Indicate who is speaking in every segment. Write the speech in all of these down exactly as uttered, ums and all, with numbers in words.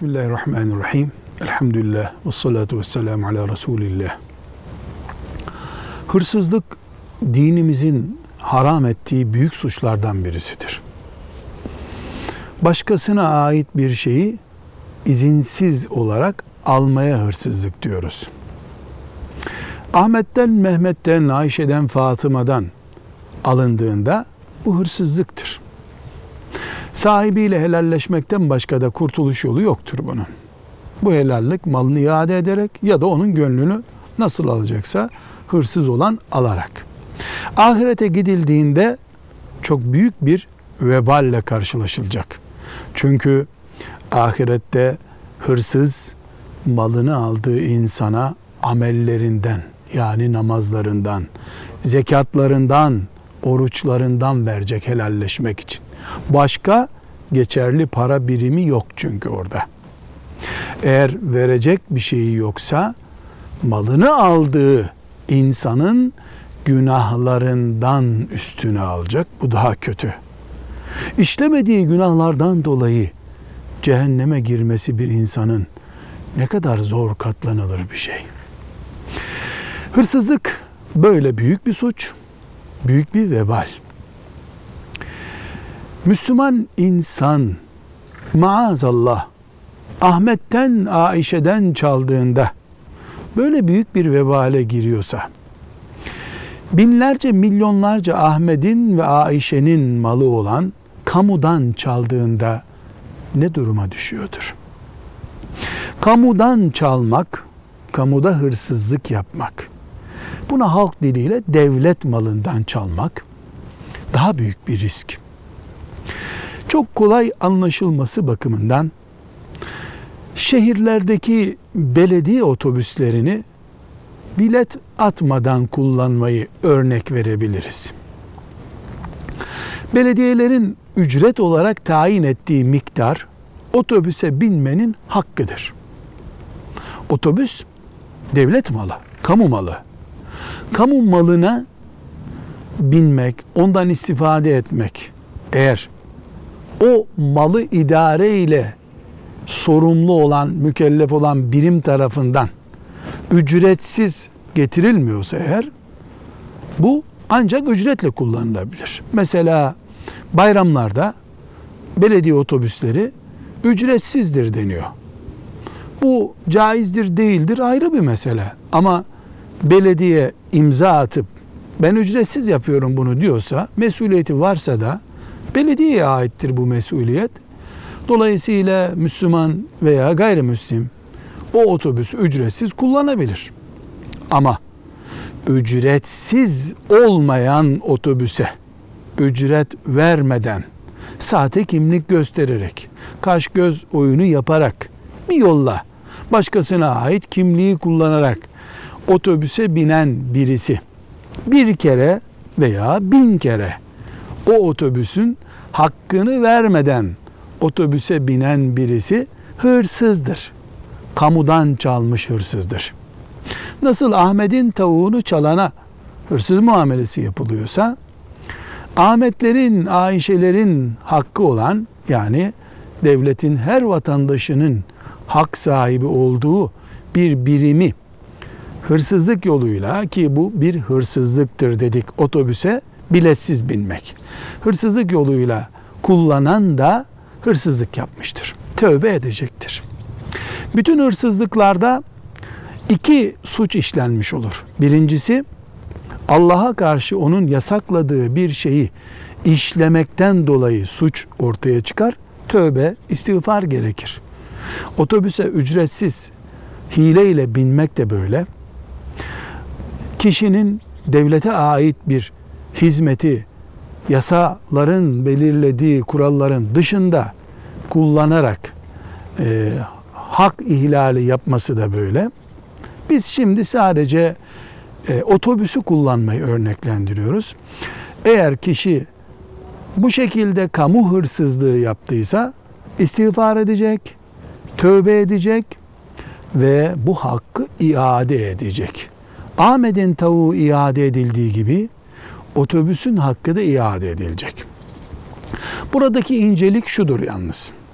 Speaker 1: Bismillahirrahmanirrahim. Elhamdülillah ve salatu ve selamu ala Resulillah. Hırsızlık dinimizin haram ettiği büyük suçlardan birisidir. Başkasına ait bir şeyi izinsiz olarak almaya hırsızlık diyoruz. Ahmet'ten, Mehmet'ten, Ayşe'den, Fatıma'dan alındığında bu hırsızlıktır. Sahibiyle helalleşmekten başka da kurtuluş yolu yoktur bunun. Bu helallik malını iade ederek ya da onun gönlünü nasıl alacaksa hırsız olan alarak. Ahirete gidildiğinde çok büyük bir veballe karşılaşılacak. Çünkü ahirette hırsız malını aldığı insana amellerinden, yani namazlarından, zekatlarından, oruçlarından verecek helalleşmek için. Başka geçerli para birimi yok çünkü orada. Eğer verecek bir şeyi yoksa malını aldığı insanın günahlarından üstüne alacak. Bu daha kötü. İşlemediği günahlardan dolayı cehenneme girmesi bir insanın ne kadar zor katlanılır bir şey. Hırsızlık böyle büyük bir suç, büyük bir vebal. Müslüman insan maazallah Ahmet'ten, Ayşe'den çaldığında böyle büyük bir vebale giriyorsa, binlerce, milyonlarca Ahmet'in ve Ayşe'nin malı olan kamudan çaldığında ne duruma düşüyordur? Kamudan çalmak, kamuda hırsızlık yapmak, buna halk diliyle devlet malından çalmak daha büyük bir risk. Çok kolay anlaşılması bakımından şehirlerdeki belediye otobüslerini bilet atmadan kullanmayı örnek verebiliriz. Belediyelerin ücret olarak tayin ettiği miktar otobüse binmenin hakkıdır. Otobüs devlet malı, kamu malı. Kamu malına binmek, ondan istifade etmek, eğer o malı idare ile sorumlu olan, mükellef olan birim tarafından ücretsiz getirilmiyorsa eğer, bu ancak ücretle kullanılabilir. Mesela bayramlarda belediye otobüsleri ücretsizdir deniyor. Bu caizdir değildir ayrı bir mesele. Ama belediye imza atıp ben ücretsiz yapıyorum bunu diyorsa, mesuliyeti varsa da belediyeye aittir bu mesuliyet. Dolayısıyla Müslüman veya gayrimüslim o otobüsü ücretsiz kullanabilir. Ama ücretsiz olmayan otobüse ücret vermeden, sahte kimlik göstererek, kaş göz oyunu yaparak, bir yolla başkasına ait kimliği kullanarak otobüse binen birisi bir kere veya bin kere o otobüsün hakkını vermeden otobüse binen birisi hırsızdır. Kamudan çalmış hırsızdır. Nasıl Ahmet'in tavuğunu çalana hırsız muamelesi yapılıyorsa, Ahmetlerin, Ayşelerin hakkı olan, yani devletin her vatandaşının hak sahibi olduğu bir birimi hırsızlık yoluyla, ki bu bir hırsızlıktır dedik, otobüse biletsiz binmek, hırsızlık yoluyla kullanan da hırsızlık yapmıştır. Tövbe edecektir. Bütün hırsızlıklarda iki suç işlenmiş olur. Birincisi, Allah'a karşı onun yasakladığı bir şeyi işlemekten dolayı suç ortaya çıkar. Tövbe, istiğfar gerekir. Otobüse ücretsiz hileyle binmek de böyle. Kişinin devlete ait bir hizmeti yasaların belirlediği kuralların dışında kullanarak e, hak ihlali yapması da böyle. Biz şimdi sadece e, otobüsü kullanmayı örneklendiriyoruz. Eğer kişi bu şekilde kamu hırsızlığı yaptıysa istiğfar edecek, tövbe edecek ve bu hakkı iade edecek. Ahmet'in tavuğu iade edildiği gibi otobüsün hakkı da iade edilecek. Buradaki incelik şudur yalnız.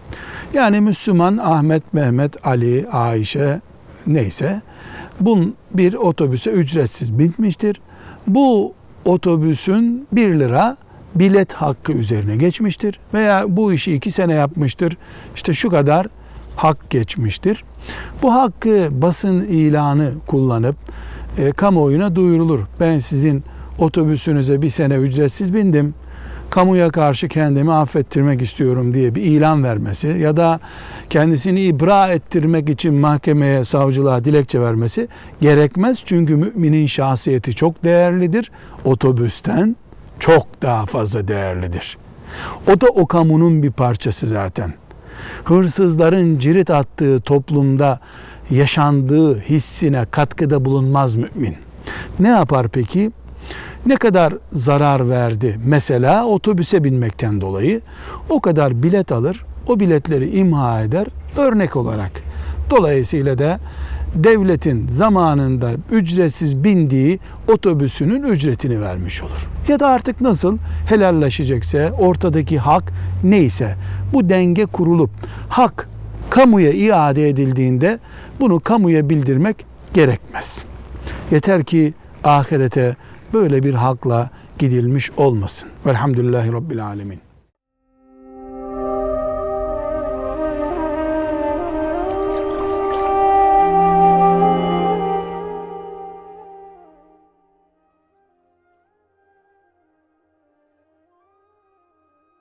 Speaker 1: Yani Müslüman Ahmet, Mehmet, Ali, Ayşe neyse bun bir otobüse ücretsiz binmiştir. Bu otobüsün bir lira bilet hakkı üzerine geçmiştir. Veya bu işi iki sene yapmıştır. İşte şu kadar hak geçmiştir. Bu hakkı basın ilanı kullanıp e, kamuoyuna duyurulur. Ben sizin otobüsünüze bir sene ücretsiz bindim. Kamuya karşı kendimi affettirmek istiyorum diye bir ilan vermesi ya da kendisini ibra ettirmek için mahkemeye, savcılığa dilekçe vermesi gerekmez. Çünkü müminin şahsiyeti çok değerlidir. Otobüsten çok daha fazla değerlidir. O da o kamunun bir parçası zaten. Hırsızların cirit attığı toplumda yaşandığı hissine katkıda bulunmaz mümin. Ne yapar peki? Ne kadar zarar verdi mesela otobüse binmekten dolayı, o kadar bilet alır, o biletleri imha eder örnek olarak. Dolayısıyla da devletin zamanında ücretsiz bindiği otobüsünün ücretini vermiş olur. Ya da artık nasıl helalleşecekse, ortadaki hak neyse bu denge kurulup hak kamuya iade edildiğinde bunu kamuya bildirmek gerekmez. Yeter ki ahirete böyle bir hakla gidilmiş olmasın. Velhamdülillahi Rabbil Alemin.